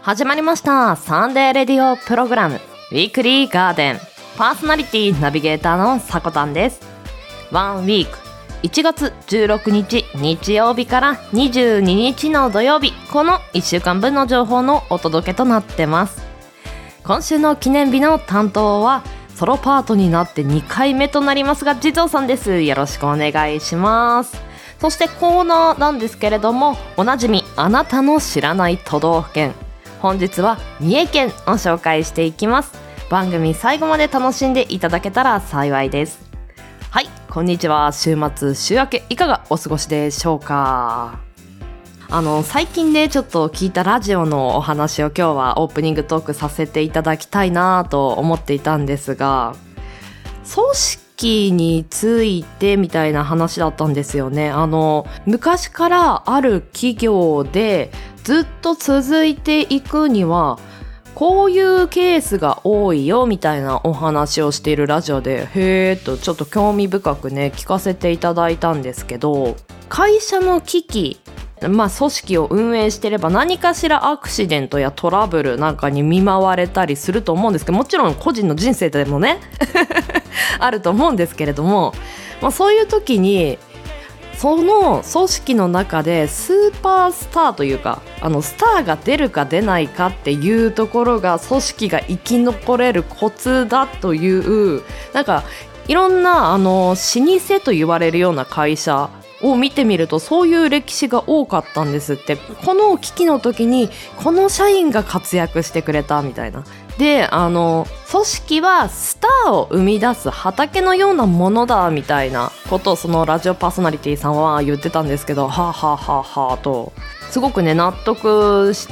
始まりましたサンデーレディオプログラムウィークリーガーデン。パーソナリティナビゲーターのさこたんです。ワンウィーク1月16日日曜日から22日の土曜日、この1週間分の情報のお届けとなってます。今週の記念日の担当はソロパートになって2回目となりますが、地蔵さんです。よろしくお願いします。そしてコーナーなんですけれども、おなじみあなたの知らない都道府県、本日は三重県を紹介していきます。番組最後まで楽しんでいただけたら幸いです。はい、こんにちは。週末週明けいかがお過ごしでしょうか。最近ねちょっと聞いたラジオのお話を今日はオープニングトークさせていただきたいなと思っていたんですが、組織についてみたいな話だったんですよね。昔からある企業でずっと続いていくにはこういうケースが多いよみたいなお話をしているラジオで、へーっとちょっと興味深くね聞かせていただいたんですけど、会社の危機、組織を運営していれば何かしらアクシデントやトラブルなんかに見舞われたりすると思うんですけど、もちろん個人の人生でもねあると思うんですけれども、そういう時にその組織の中でスーパースターというかスターが出るか出ないかっていうところが組織が生き残れるコツだという、なんかいろんな老舗と言われるような会社を見てみるとそういう歴史が多かったんですって。この危機の時にこの社員が活躍してくれたみたいな。で組織はスターを生み出す畑のようなものだみたいなことをそのラジオパーソナリティさんは言ってたんですけど、はあはあはあはあとすごくね納得して、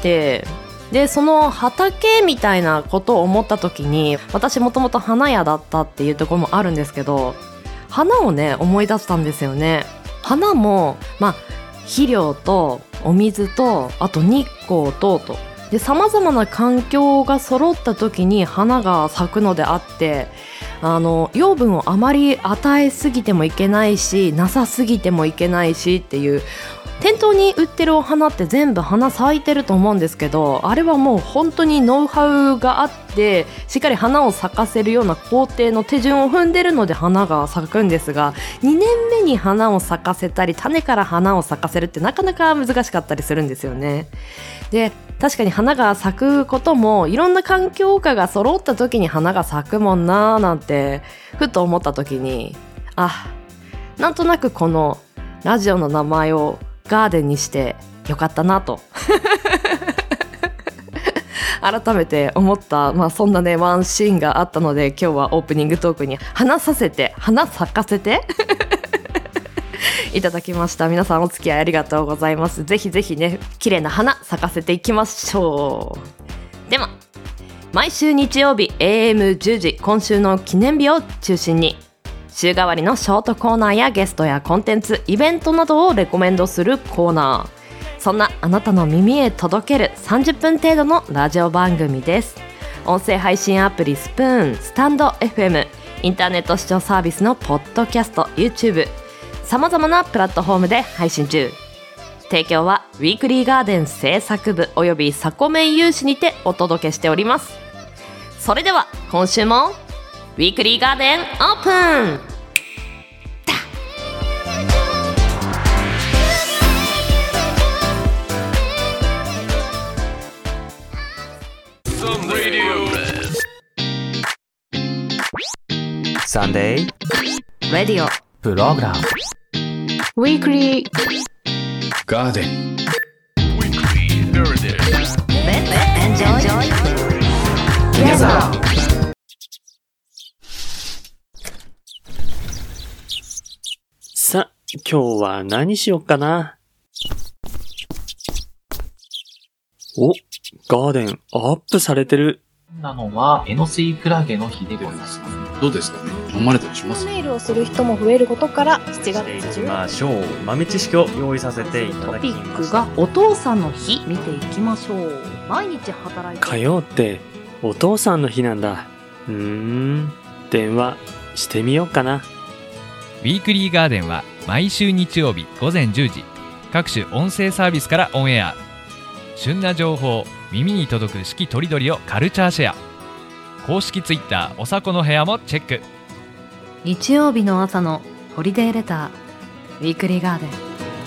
でその畑みたいなことを思った時に、私もともと花屋だったっていうところもあるんですけど、花をね思い出したんですよね。花も肥料とお水とあと日光とで様々な環境が揃った時に花が咲くのであって、養分をあまり与えすぎてもいけないしなさすぎてもいけないしっていう、店頭に売ってるお花って全部花咲いてると思うんですけど、あれはもう本当にノウハウがあってしっかり花を咲かせるような工程の手順を踏んでるので花が咲くんですが、2年目に花を咲かせたり種から花を咲かせるってなかなか難しかったりするんですよね。で確かに花が咲くこともいろんな環境下が揃った時に花が咲くもんなーなんてふと思った時に、なんとなくこのラジオの名前をガーデンにしてよかったなと改めて思った、そんなねワンシーンがあったので、今日はオープニングトークに花咲かせていただきました。皆さんお付き合いありがとうございます。ぜひぜひね綺麗な花咲かせていきましょう。では毎週日曜日 AM10 時、今週の記念日を中心に週替わりのショートコーナーやゲストやコンテンツイベントなどをレコメンドするコーナー、そんなあなたの耳へ届ける30分程度のラジオ番組です。音声配信アプリスプーン、スタンド FM、 インターネット視聴サービスのポッドキャスト、 YouTube、さまざまなプラットフォームで配信中。提供はウィークリーガーデン制作部およびサコメン有志にてお届けしております。それでは今週もウィークリーガーデンオープン。 サンデーレディオプログラムウィークリーガーデンさあ、今日は何しよっかな。お、ガーデンアップされてる。 なのは、エノスイクラゲの日でございます。 どうですかね、飲まれたりしますメールをする人も増えることから7月いきましょう。豆知識を用意させていただきトピッました。 クがお父さんの日見ていきましょう。毎日働いて火曜ってお父さんの日なんだ。電話してみようかな。 ウィークリーガーデンは毎週日曜日午前10時各種音声サービスからオンエア。旬な情報、 耳に届く四季とりどりをカルチャーシェア。公式ツイッターおさこの部屋もチェック。 日曜日の朝のホリデーレター、ウィークリーガーデン。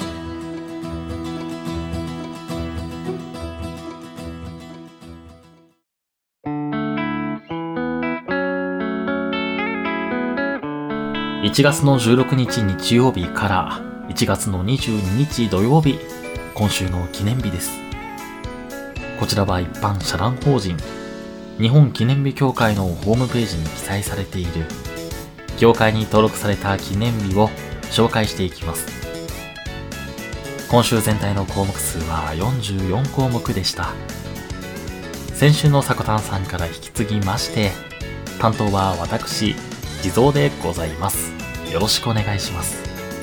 1月の16日日曜日から1月の22日土曜日、今週の記念日です。こちらは一般社団法人日本記念日協会のホームページに記載されている協会に登録された記念日を紹介していきます。今週全体の項目数は44項目でした。先週のさこたんさんから引き継ぎまして、担当は私地蔵でございます。よろしくお願いします。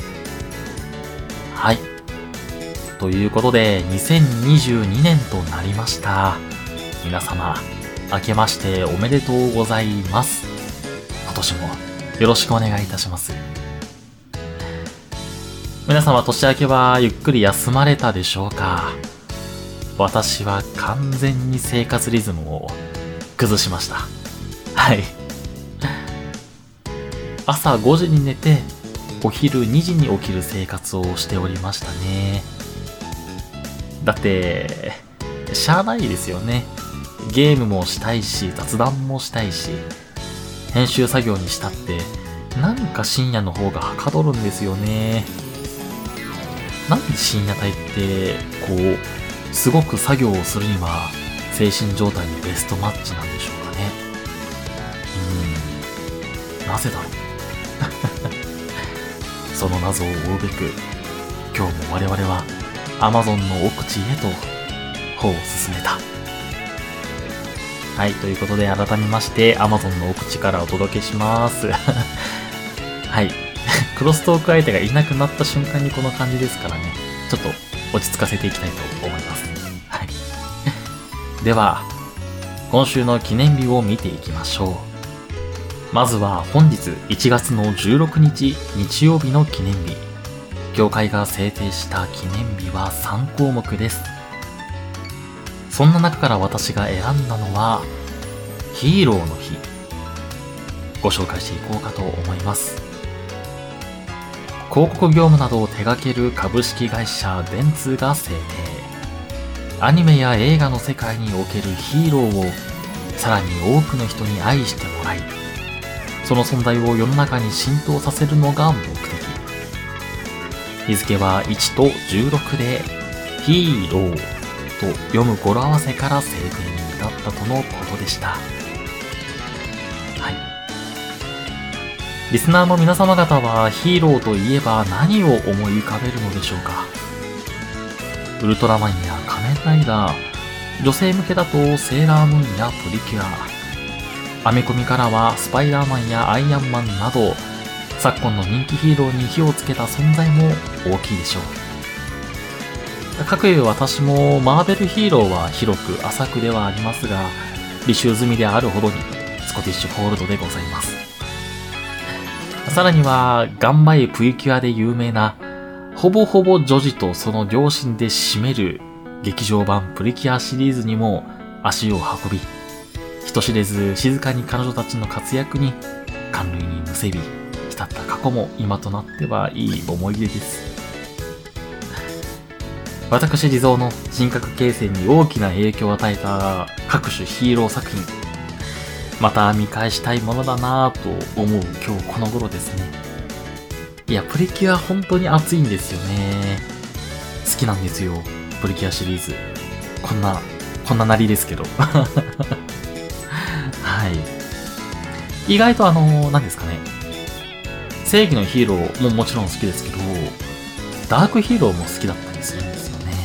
はい。ということで、2022年となりました。皆様、明けましておめでとうございます。今年もよろしくお願いいたします。皆様、年明けはゆっくり休まれたでしょうか？私は完全に生活リズムを崩しました。はい。朝5時に寝て、お昼2時に起きる生活をしておりましたね。だって、しゃあないですよね。ゲームもしたいし、雑談もしたいし、編集作業にしたって、なんか深夜の方がはかどるんですよね。なんで深夜帯って、こう、すごく作業をするには、精神状態にベストマッチなんでしょうかね。なぜだろう。その謎を追うべく、今日も我々は Amazon の奥地へと歩を進めた。はい、ということで改めまして Amazon の奥地からお届けします。はい、クロストーク相手がいなくなった瞬間にこの感じですからね、ちょっと落ち着かせていきたいと思います。はい。では、今週の記念日を見ていきましょう。まずは本日1月の16日日曜日の記念日。協会が制定した記念日は3項目です。そんな中から私が選んだのはヒーローの日。ご紹介していこうかと思います。広告業務などを手掛ける株式会社電通が制定。アニメや映画の世界におけるヒーローをさらに多くの人に愛してもらい、その存在を世の中に浸透させるのが目的。日付は1と16でヒーローと読む語呂合わせから制定に至ったとのことでした。はい。リスナーの皆様方はヒーローといえば何を思い浮かべるのでしょうか？ウルトラマンや仮面ライダー、女性向けだとセーラームーンやプリキュア、アメコミからはスパイダーマンやアイアンマンなど、昨今の人気ヒーローに火をつけた存在も大きいでしょう。かくいう私もマーベルヒーローは広く浅くではありますが、履修済みであるほどにスコティッシュフォールドでございます。さらにはガンバイプリキュアで有名なほぼほぼ女児とその両親で占める劇場版プリキュアシリーズにも足を運び、人知れず静かに彼女たちの活躍に感涙にむせび浸った過去も今となってはいい思い出です。私地蔵の人格形成に大きな影響を与えた各種ヒーロー作品、また見返したいものだなぁと思う今日この頃ですね。いや、プリキュア本当に熱いんですよね。好きなんですよ、プリキュアシリーズ。こんななりですけど。はい。意外と何ですかね。正義のヒーローももちろん好きですけど、ダークヒーローも好きだったりするんですよね。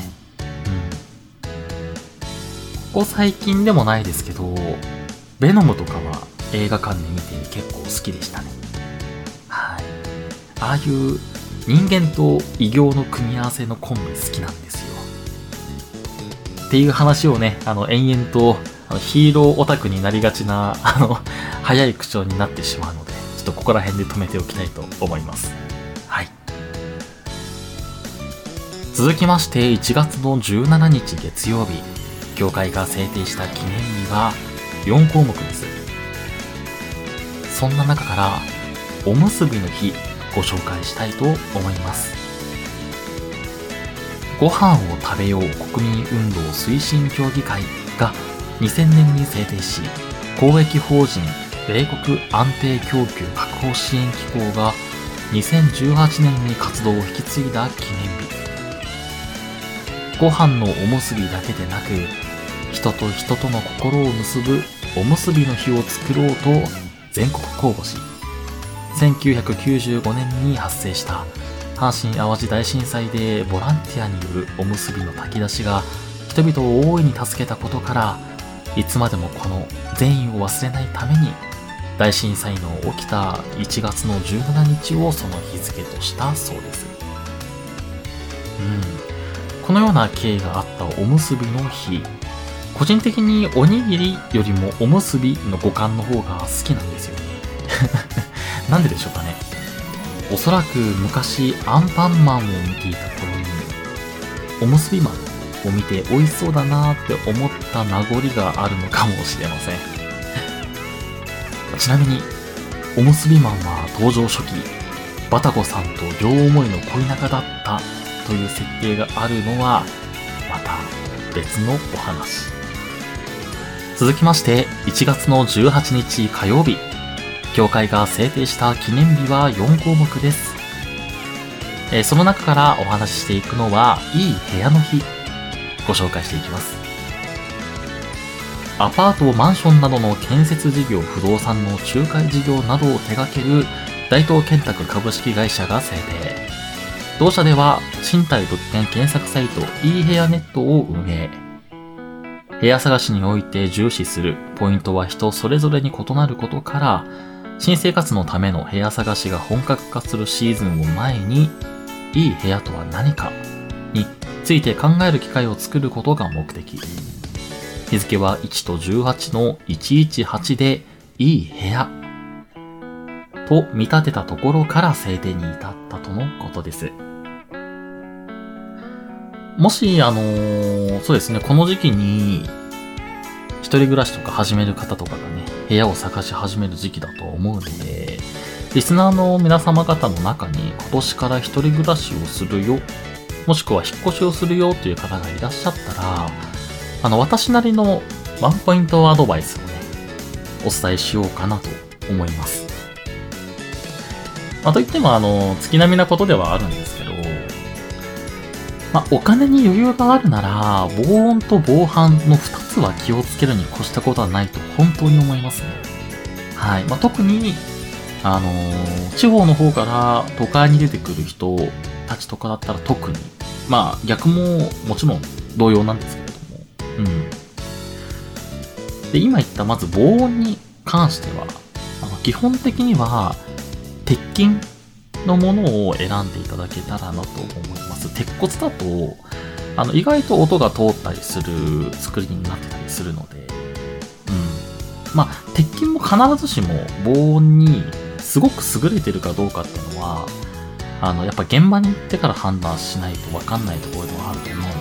ここ最近でもないですけど、ベノムとかは映画館で見て結構好きでしたね。はい。ああいう人間と異形の組み合わせのコンビ好きなんですよ。っていう話をね、延々とヒーローオタクになりがちな早い口調になってしまうので、ちょっとここら辺で止めておきたいと思います。はい。続きまして1月の17日月曜日、 協会が制定した記念日は4項目です。そんな中からおむすびの日ご紹介したいと思います。ご飯を食べよう国民運動推進協議会が2000年に制定し、公益法人米国安定供給確保支援機構が2018年に活動を引き継いだ記念日。ご飯のおむすびだけでなく、人と人との心を結ぶおむすびの日を作ろうと全国公募し、1995年に発生した阪神・淡路大震災でボランティアによるおむすびの炊き出しが人々を大いに助けたことから、いつまでもこの善意を忘れないために大震災の起きた1月の17日をその日付としたそうです。このような経緯があったおむすびの日、個人的におにぎりよりもおむすびの語感の方が好きなんですよね。なんででしょうかね。おそらく昔アンパンマンを見ていた頃におむすびマンを見て美味しそうだなーって思った名残があるのかもしれません。ちなみにおむすびマンは登場初期、バタコさんと両思いの恋仲だったという設定があるのはまた別のお話。続きまして1月の18日火曜日、協会が制定した記念日は4項目です。その中からお話ししていくのは、いい部屋の日、ご紹介していきます。アパート、マンションなどの建設事業、不動産の仲介事業などを手掛ける大東建託株式会社が制定。同社では賃貸物件検索サイトいい部屋ネットを運営。部屋探しにおいて重視するポイントは人それぞれに異なることから、新生活のための部屋探しが本格化するシーズンを前に、いい部屋とは何かについて考える機会を作ることが目的。日付は1と18の118で、いい部屋と見立てたところから制定に至ったとのことです。もし、そうですね、この時期に一人暮らしとか始める方とかがね、部屋を探し始める時期だと思うので、リスナーの皆様方の中に今年から一人暮らしをするよ、もしくは引っ越しをするよという方がいらっしゃったら、私なりのワンポイントアドバイスをね、お伝えしようかなと思います。といっても月並みなことではあるんですけど、お金に余裕があるなら、防音と防犯の2つは気をつけるに越したことはないと本当に思いますね。はい。特に、地方の方から都会に出てくる人たちとかだったら特に、逆ももちろん同様なんですけれども、で、今言ったまず防音に関しては、基本的には、鉄筋のものを選んでいただけたらなと思います。鉄骨だと意外と音が通ったりする作りになってたりするので、鉄筋も必ずしも防音にすごく優れてるかどうかっていうのはやっぱ現場に行ってから判断しないと分かんないところではあると思う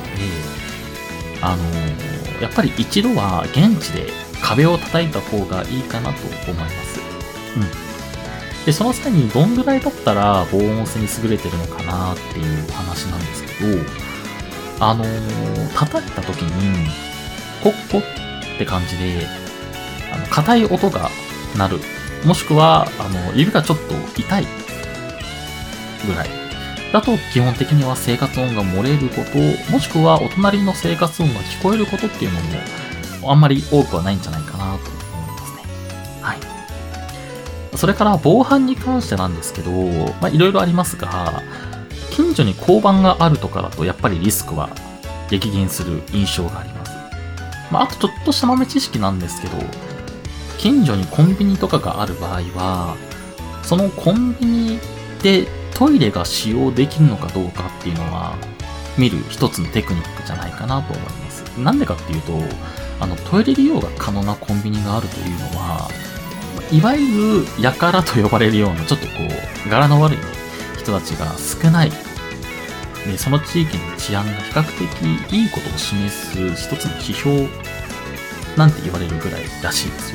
ので、やっぱり一度は現地で壁を叩いた方がいいかなと思います。で、その際にどんぐらいだったら防音性に優れてるのかなっていうお話なんですけど、叩いた時に、コッコって感じで、硬い音が鳴る。もしくは、指がちょっと痛いぐらい。だと基本的には生活音が漏れること、もしくはお隣の生活音が聞こえることっていうのも、あんまり多くはないんじゃないかなと思いますね。はい。それから防犯に関してなんですけど、いろいろありますが、近所に交番があるとかだとやっぱりリスクは激減する印象があります。あとちょっとした豆知識なんですけど、近所にコンビニとかがある場合は、そのコンビニでトイレが使用できるのかどうかっていうのは見る一つのテクニックじゃないかなと思います。なんでかっていうと、トイレ利用が可能なコンビニがあるというのは、いわゆるやからと呼ばれるようなちょっと柄の悪い人たちが少ないで、その地域の治安が比較的いいことを示す一つの指標なんて言われるぐらいらしいですよ。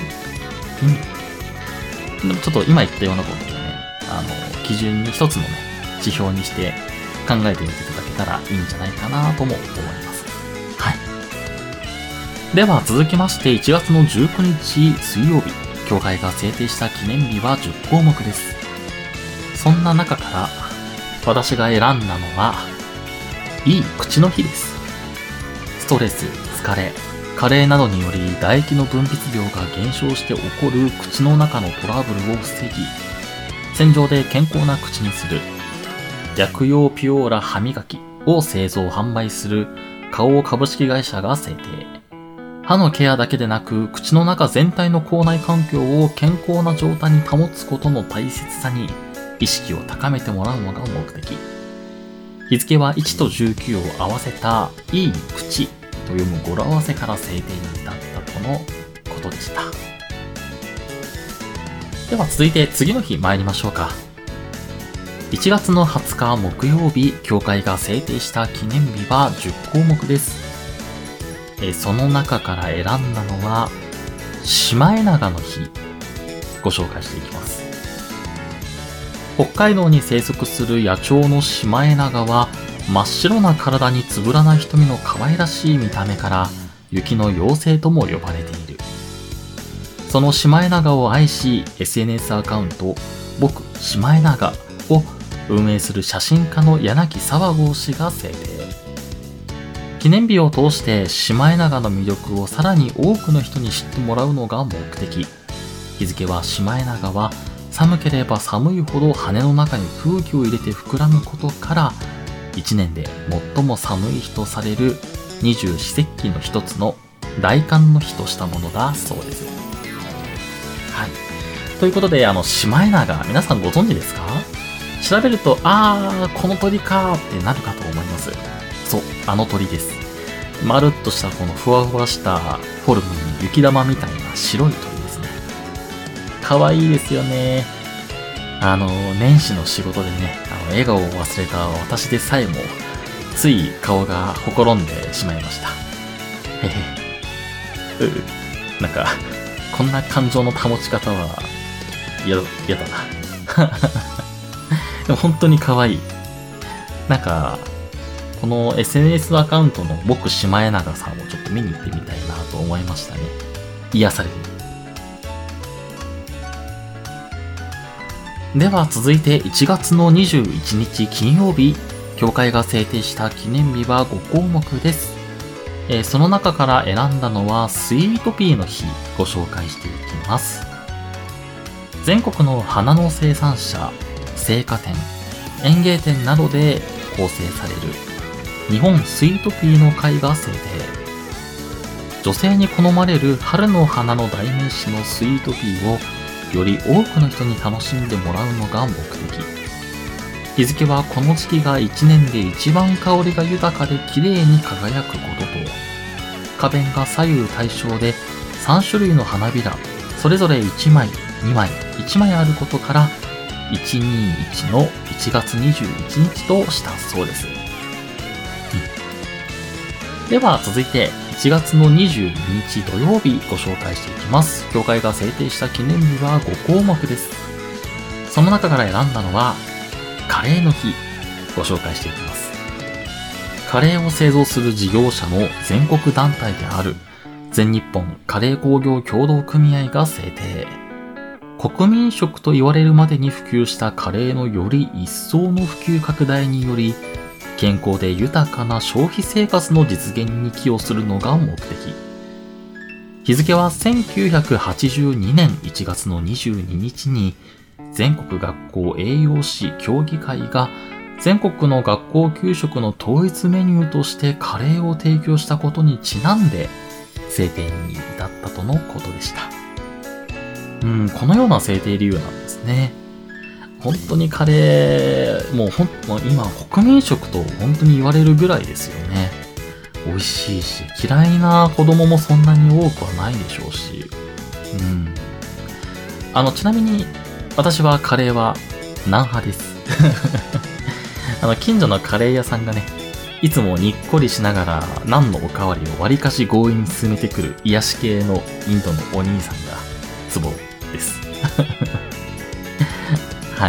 でもちょっと今言ったようなことをね、基準に一つのね、指標にして考えてみていただけたらいいんじゃないかなとも思います。はい。では続きまして1月の19日水曜日、協会が制定した記念日は10項目です。そんな中から私が選んだのは、いい口の日です。ストレス、疲れ、加齢などにより唾液の分泌量が減少して起こる口の中のトラブルを防ぎ、洗浄で健康な口にする、薬用ピュオーラ歯磨きを製造販売する花王株式会社が制定。歯のケアだけでなく、口の中全体の口内環境を健康な状態に保つことの大切さに意識を高めてもらうのが目的。日付は1と19を合わせたいい口と読む語呂合わせから制定に至ったとのことでした。では続いて次の日参りましょうか。1月の20日木曜日、協会が制定した記念日は10項目です。その中から選んだのはシマエナガの日、ご紹介していきます。北海道に生息する野鳥のシマエナガは、真っ白な体につぶらな瞳の可愛らしい見た目から雪の妖精とも呼ばれている。そのシマエナガを愛し、 SNS アカウント僕シマエナガを運営する写真家の柳沢郷氏が制定。記念日を通してシマエナガの魅力をさらに多くの人に知ってもらうのが目的。日付はシマエナガは寒ければ寒いほど羽の中に空気を入れて膨らむことから、1年で最も寒い日とされる二十四節気の一つの大寒の日としたものだそうです。はい。ということで、シマエナガ、皆さんご存知ですか？調べると、この鳥かーってなるかと思います。そう、あの鳥です。まるっとしたこのふわふわしたフォルムに雪玉みたいな白い鳥ですね。かわいいですよね。年始の仕事でね、笑顔を忘れた私でさえも、つい顔がほころんでしまいました。なんか、こんな感情の保ち方は、嫌だな。でも本当に可愛い。なんか、この SNS アカウントの僕シマエナガさんをちょっと見に行ってみたいなと思いましたね。癒される。では続いて1月の21日金曜日、協会が制定した記念日は5項目です。その中から選んだのはスイートピーの日、ご紹介していきます。全国の花の生産者、生花店、園芸店などで構成される日本スイートピーの会が制定。女性に好まれる春の花の代名詞のスイートピーをより多くの人に楽しんでもらうのが目的。日付はこの時期が1年で一番香りが豊かで綺麗に輝くことと、花弁が左右対称で3種類の花びら、それぞれ1枚、2枚、1枚あることから、121の1月21日としたそうです。では続いて1月の22日土曜日ご紹介していきます。協会が制定した記念日は5項目です。その中から選んだのはカレーの日、ご紹介していきます。カレーを製造する事業者の全国団体である全日本カレー工業協同組合が制定。国民食と言われるまでに普及したカレーのより一層の普及拡大により、健康で豊かな消費生活の実現に寄与するのが目的。日付は1982年1月の22日に全国学校栄養士協議会が全国の学校給食の統一メニューとしてカレーを提供したことにちなんで制定に至ったとのことでした。このような制定理由なんですね。本当にカレー、もう今国民食と本当に言われるぐらいですよね。美味しいし、嫌いな子供もそんなに多くはないでしょうし。ちなみに私はカレーはナン派です。 近所のカレー屋さんがね、いつもにっこりしながらナンのおかわりをわりかし強引に進めてくる癒し系のインドのお兄さんがツボです。はい。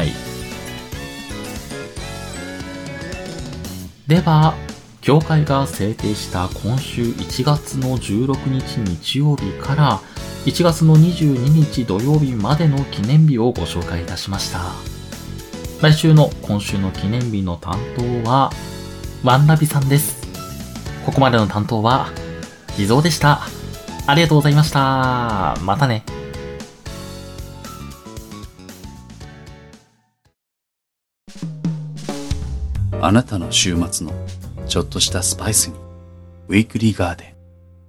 では、協会が制定した今週1月の16日日曜日から1月の22日土曜日までの記念日をご紹介いたしました。来週の今週の記念日の担当はワンラビさんです。ここまでの担当は地蔵でした。ありがとうございました。またね。 あなたの週末のちょっとしたスパイスにウィークリーガーデン。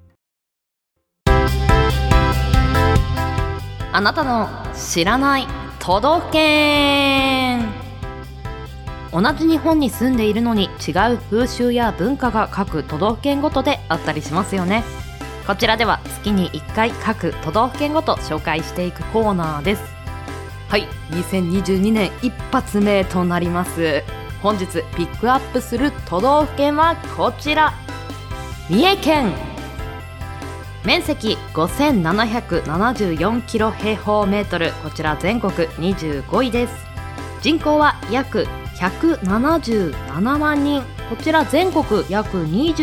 あなたの知らない都道府県。同じ日本に住んでいるのに違う風習や文化が各都道府県ごとであったりしますよね。こちらでは月に1回各都道府県ごと紹介していくコーナーです。はい、2022年一発目となります。本日ピックアップする都道府県はこちら、三重県。面積5774キロ平方メートル、こちら全国25位です。人口は約177万人、こちら全国約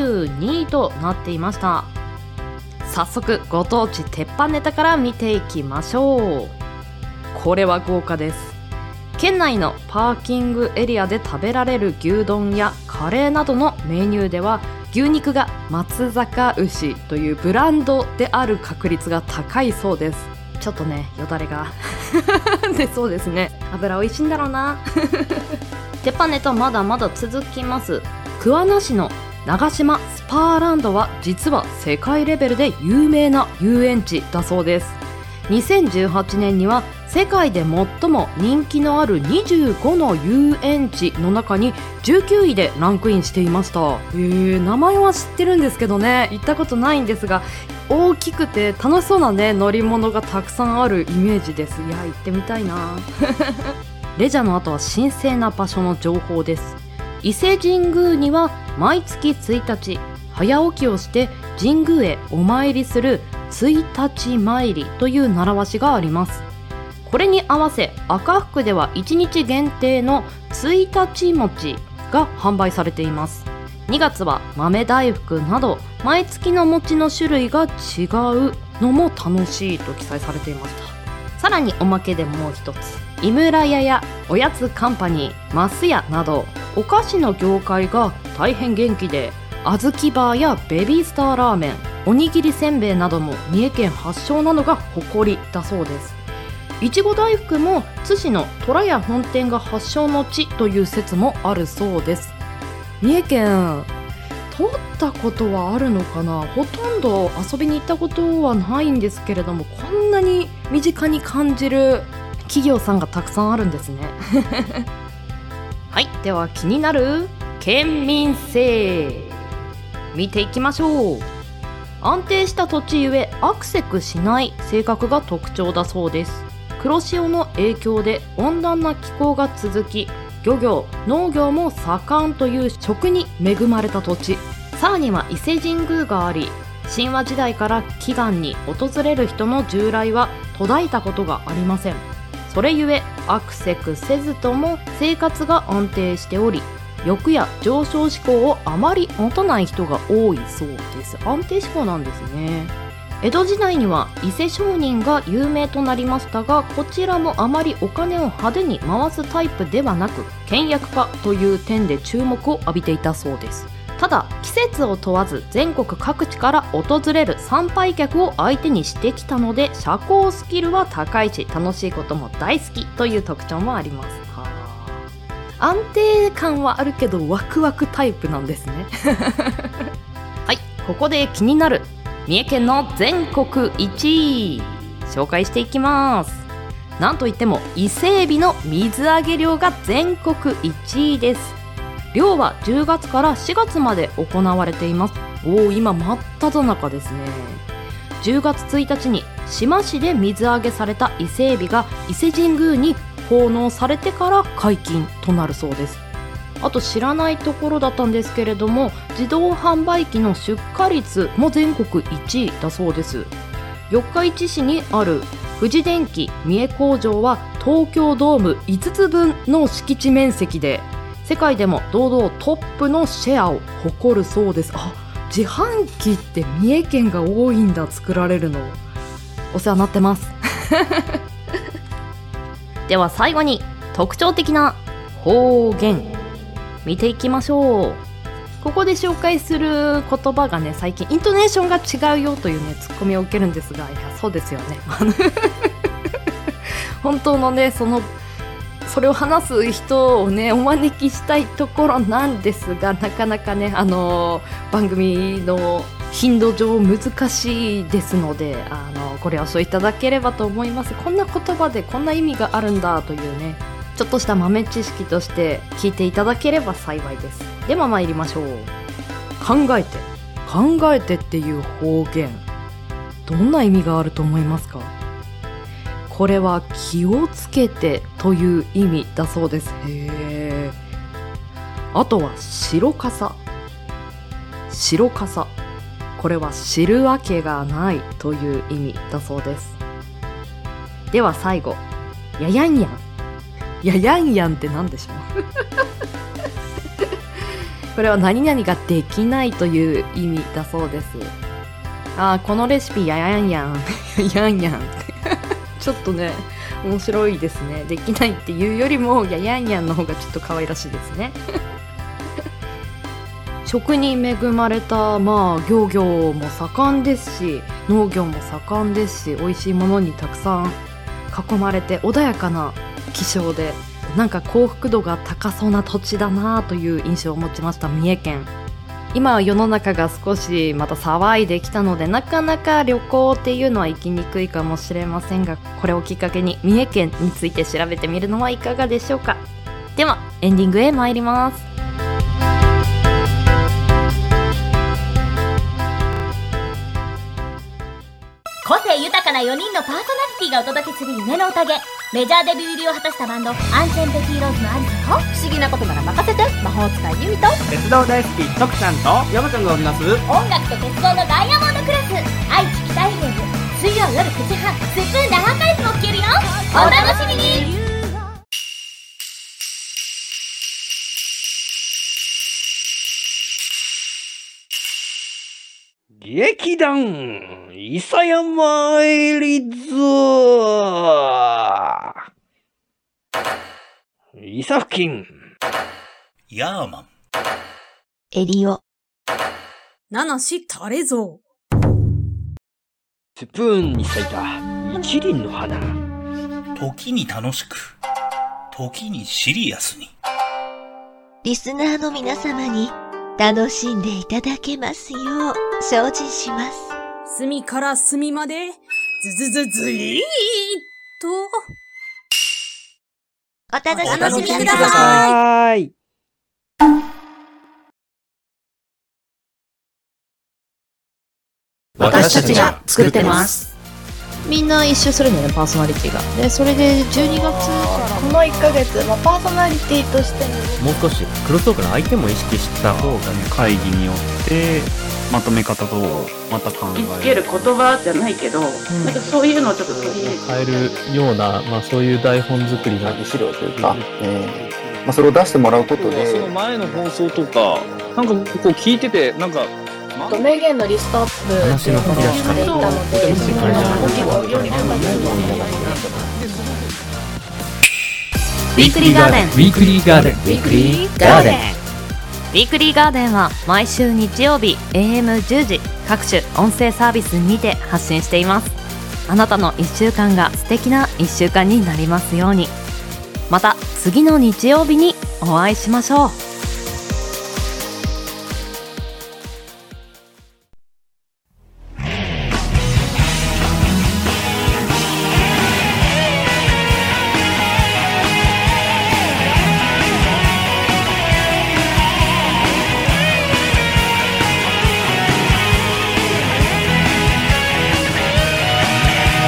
22位となっていました。早速ご当地鉄板ネタから見ていきましょう。これは豪華です。県内のパーキングエリアで食べられる牛丼やカレーなどのメニューでは牛肉が松阪牛というブランドである確率が高いそうです。ちょっとね、よだれが出そうですね。油美味しいんだろうな。鉄板ネタまだまだ続きます。桑名市の長島スパーランドは実は世界レベルで有名な遊園地だそうです。2018年には世界で最も人気のある25の遊園地の中に19位でランクインしていました。名前は知ってるんですけどね、行ったことないんですが、大きくて楽しそうなね乗り物がたくさんあるイメージです。いや、行ってみたいな。レジャーの後は神聖な場所の情報です。伊勢神宮には毎月1日早起きをして神宮へお参りする1日参りという習わしがあります。これに合わせ赤福では1日限定の1日餅が販売されています。2月は豆大福など毎月の餅の種類が違うのも楽しいと記載されていました。さらにおまけでもう一つ、井村屋やおやつカンパニー、マス屋などお菓子の業界が大変元気で、あずきバーやベビースターラーメン、おにぎりせんべいなども三重県発祥なのが誇りだそうです。いちご大福も津市の虎屋本店が発祥の地という説もあるそうです。三重県通ったことはあるのかな。ほとんど遊びに行ったことはないんですけれども、こんなに身近に感じる企業さんがたくさんあるんですね。はい、では気になる県民性見ていきましょう。安定した土地ゆえアクセクしない性格が特徴だそうです。黒潮の影響で温暖な気候が続き、漁業、農業も盛んという食に恵まれた土地。さらには伊勢神宮があり、神話時代から祈願に訪れる人の従来は途絶えたことがありません。それゆえアクセクせずとも生活が安定しており、欲や上昇志向をあまり持たない人が多いそうです。安定志向なんですね。江戸時代には伊勢商人が有名となりましたが、こちらもあまりお金を派手に回すタイプではなく、倹約家という点で注目を浴びていたそうです。ただ季節を問わず全国各地から訪れる参拝客を相手にしてきたので、社交スキルは高いし楽しいことも大好きという特徴もあります。安定感はあるけどワクワクタイプなんですね。はい、ここで気になる三重県の全国1位紹介していきます。なんといっても伊勢海老の水揚げ量が全国1位です。漁は10月から4月まで行われています。今真っ只中ですね。10月1日に志摩市で水揚げされた伊勢海老が伊勢神宮に奉納されてから解禁となるそうです。 あと知らないところだったんですけれども、自動販売機の出荷率も全国1位だそうです。四日市市にある富士電機三重工場は東京ドーム5つ分の敷地面積で世界でも堂々トップのシェアを誇るそうです。自販機って三重県が多いんだ、作られるの。お世話になってますでは最後に特徴的な方言見ていきましょう。ここで紹介する言葉がね、最近イントネーションが違うよというねツッコミを受けるんですが、いやそうですよね本当のねそれを話す人をねお招きしたいところなんですが、なかなかね番組の頻度上難しいですので、ご了承いただければと思います。こんな言葉でこんな意味があるんだというね、ちょっとした豆知識として聞いていただければ幸いです。では参りましょう。考えてっていう方言、どんな意味があると思いますか？これは気をつけてという意味だそうです。へー。あとは白傘、これは知るわけがないという意味だそうです。では最後、ややんやんって何でしょうこれは何々ができないという意味だそうです。このレシピややんやんちょっとね面白いですね。できないっていうよりもややんやんの方がちょっと可愛らしいですね食に恵まれた漁業も盛んですし、農業も盛んですし、美味しいものにたくさん囲まれて穏やかな気象で、なんか幸福度が高そうな土地だなという印象を持ちました。三重県、今は世の中が少しまた騒いできたので、なかなか旅行っていうのは行きにくいかもしれませんが、これをきっかけに三重県について調べてみるのはいかがでしょうか。ではエンディングへ参ります。 個性豊かな4人のパーソナリティがお届けする夢の宴。メジャーデビュー入りを果たしたバンドアンチェン・ペティローズのアリサと、不思議なことなら任せて魔法使いユミと、 鉄道大好き徳ちゃんと山ちゃんが織りなす音楽と鉄道のダイヤモンドクラス、愛知北イベント、水曜夜9時半、スプーンでアーカイブも聞けるよ。お楽しみに。 劇団伊佐山エリズ伊佐付近ヤーマンエリオ七しタレゾスプーンに咲いた一輪の花。 時に楽しく、時にシリアスに。 リスナーの皆様に楽しんでいただけますよう精進します。 隅から隅までずりーっとお楽しみください。 私たちが作ってます。みんな一周するんだよね、パーソナリティが。でそれで12月からこの1ヶ月、パーソナリティとしてもう少しクロストークの相手も意識した方がね、 会議によってまとめ方とまた考える。 つける言葉じゃないけど、なんかそういうのをちょっと取り入れて変えるような、そういう台本作りの資料というか、 それを出してもらうことで、 その前の放送とかなんかこう聞いてて、なんか名言のリストアップ話の振り出し方していたので、 ウィークリーガーデン、 ウィークリーガーデン、 ウィークリーガーデン、ウィークリーガーデンは毎週日曜日 AM10 時各種音声サービスにて発信しています。あなたの1週間が素敵な1週間になりますように。また次の日曜日にお会いしましょう。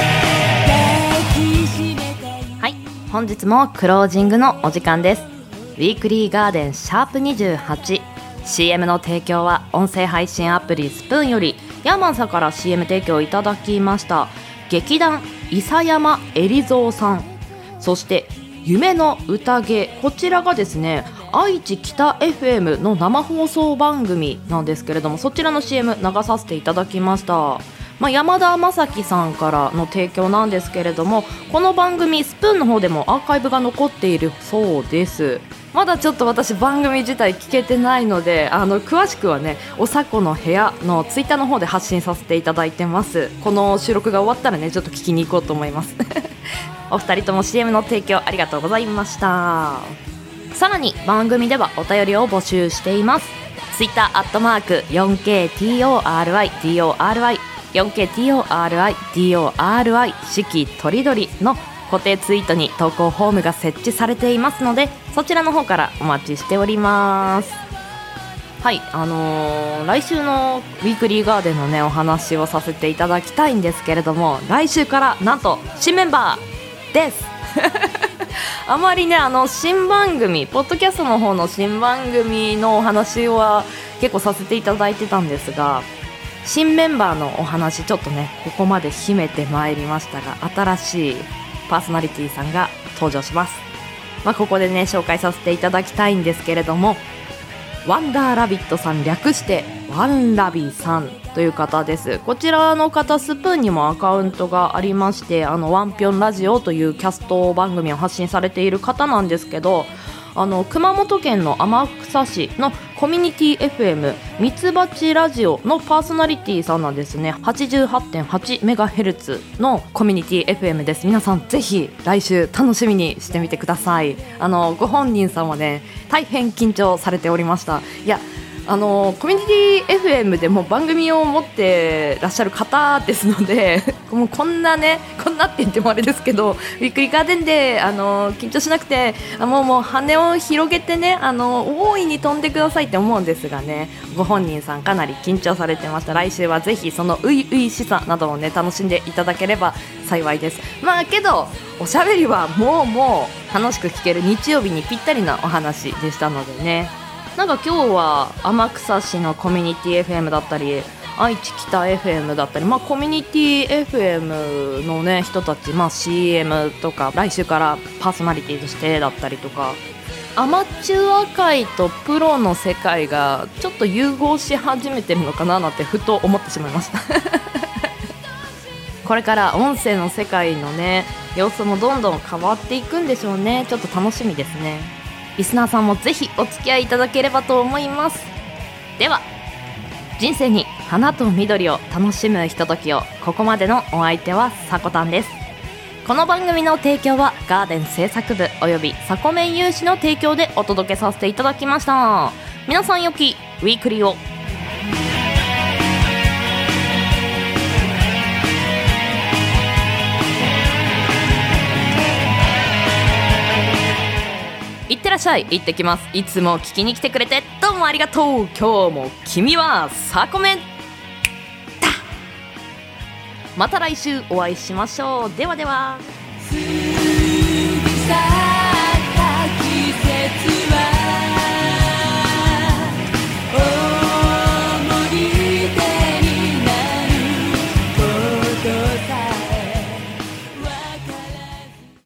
本日もクロージングのお時間です。 ウィークリーガーデンシャープ28。 CM の提供は音声配信アプリスプーンよりヤーマンさんから CM 提供いただきました劇団伊佐山えりぞうさん、そして夢の宴、こちらがですね愛知北 FM の生放送番組なんですけれども、そちらの CM 流させていただきました。山田正樹さんからの提供なんですけれども、この番組スプーンの方でもアーカイブが残っているそうです。まだちょっと私番組自体聞けてないので、詳しくはねおさこの部屋のツイッターの方で発信させていただいてます。この収録が終わったらねちょっと聞きに行こうと思いますお二人とも CM の提供ありがとうございました。さらに番組ではお便りを募集しています。ツイッター@4KTORIDORI 4KTORIDORI 四季とりどりの固定ツイートに投稿フォームが設置されていますので、そちらの方からお待ちしております。はい、来週のウィークリーガーデンのねお話をさせていただきたいんですけれども、来週からなんと新メンバーですあまりね新番組ポッドキャストの方の新番組のお話は結構させていただいてたんですが、新メンバーのお話ちょっとねここまで秘めてまいりましたが、新しいパーソナリティさんが登場します。ここでね紹介させていただきたいんですけれども、ワンダーラビットさん、略してワンラビさんという方です。こちらの方スプーンにもアカウントがありまして、ワンピョンラジオというキャスト番組を発信されている方なんですけど、熊本県の天草市のコミュニティ FM ミツバチラジオのパーソナリティさんなんですね。 88.8MHz のコミュニティ FM です。皆さんぜひ来週楽しみにしてみてください。ご本人さんはね大変緊張されておりました。いやコミュニティ FM でも番組を持ってらっしゃる方ですのでもうこんなって言ってもあれですけど、ウィークリーガーデンで緊張しなくてもう羽を広げてね大いに飛んでくださいって思うんですがね、ご本人さんかなり緊張されてました。来週はぜひその初々しさなどをね楽しんでいただければ幸いです。けどおしゃべりはもう楽しく聞ける日曜日にぴったりなお話でしたのでね、今日は天草市のコミュニティ FM だったり愛知北 FM だったり、コミュニティ FM のね人たち、CM とか来週からパーソナリティとしてだったりとか、アマチュア界とプロの世界がちょっと融合し始めてるのかななんてふと思ってしまいましたこれから音声の世界のね様子もどんどん変わっていくんでしょうね。ちょっと楽しみですね。リスナーさんもぜひお付き合いいただければと思います。では人生に花と緑を楽しむひとときを、ここまでのお相手はさこたんです。この番組の提供はガーデン制作部およびさこめん有志の提供でお届けさせていただきました。皆さんよきウィークリーを。いってらっしゃい。行ってきます。いつも聞きに来てくれてどうもありがとう。今日も君はさこめんだ。また来週お会いしましょう。ではでは。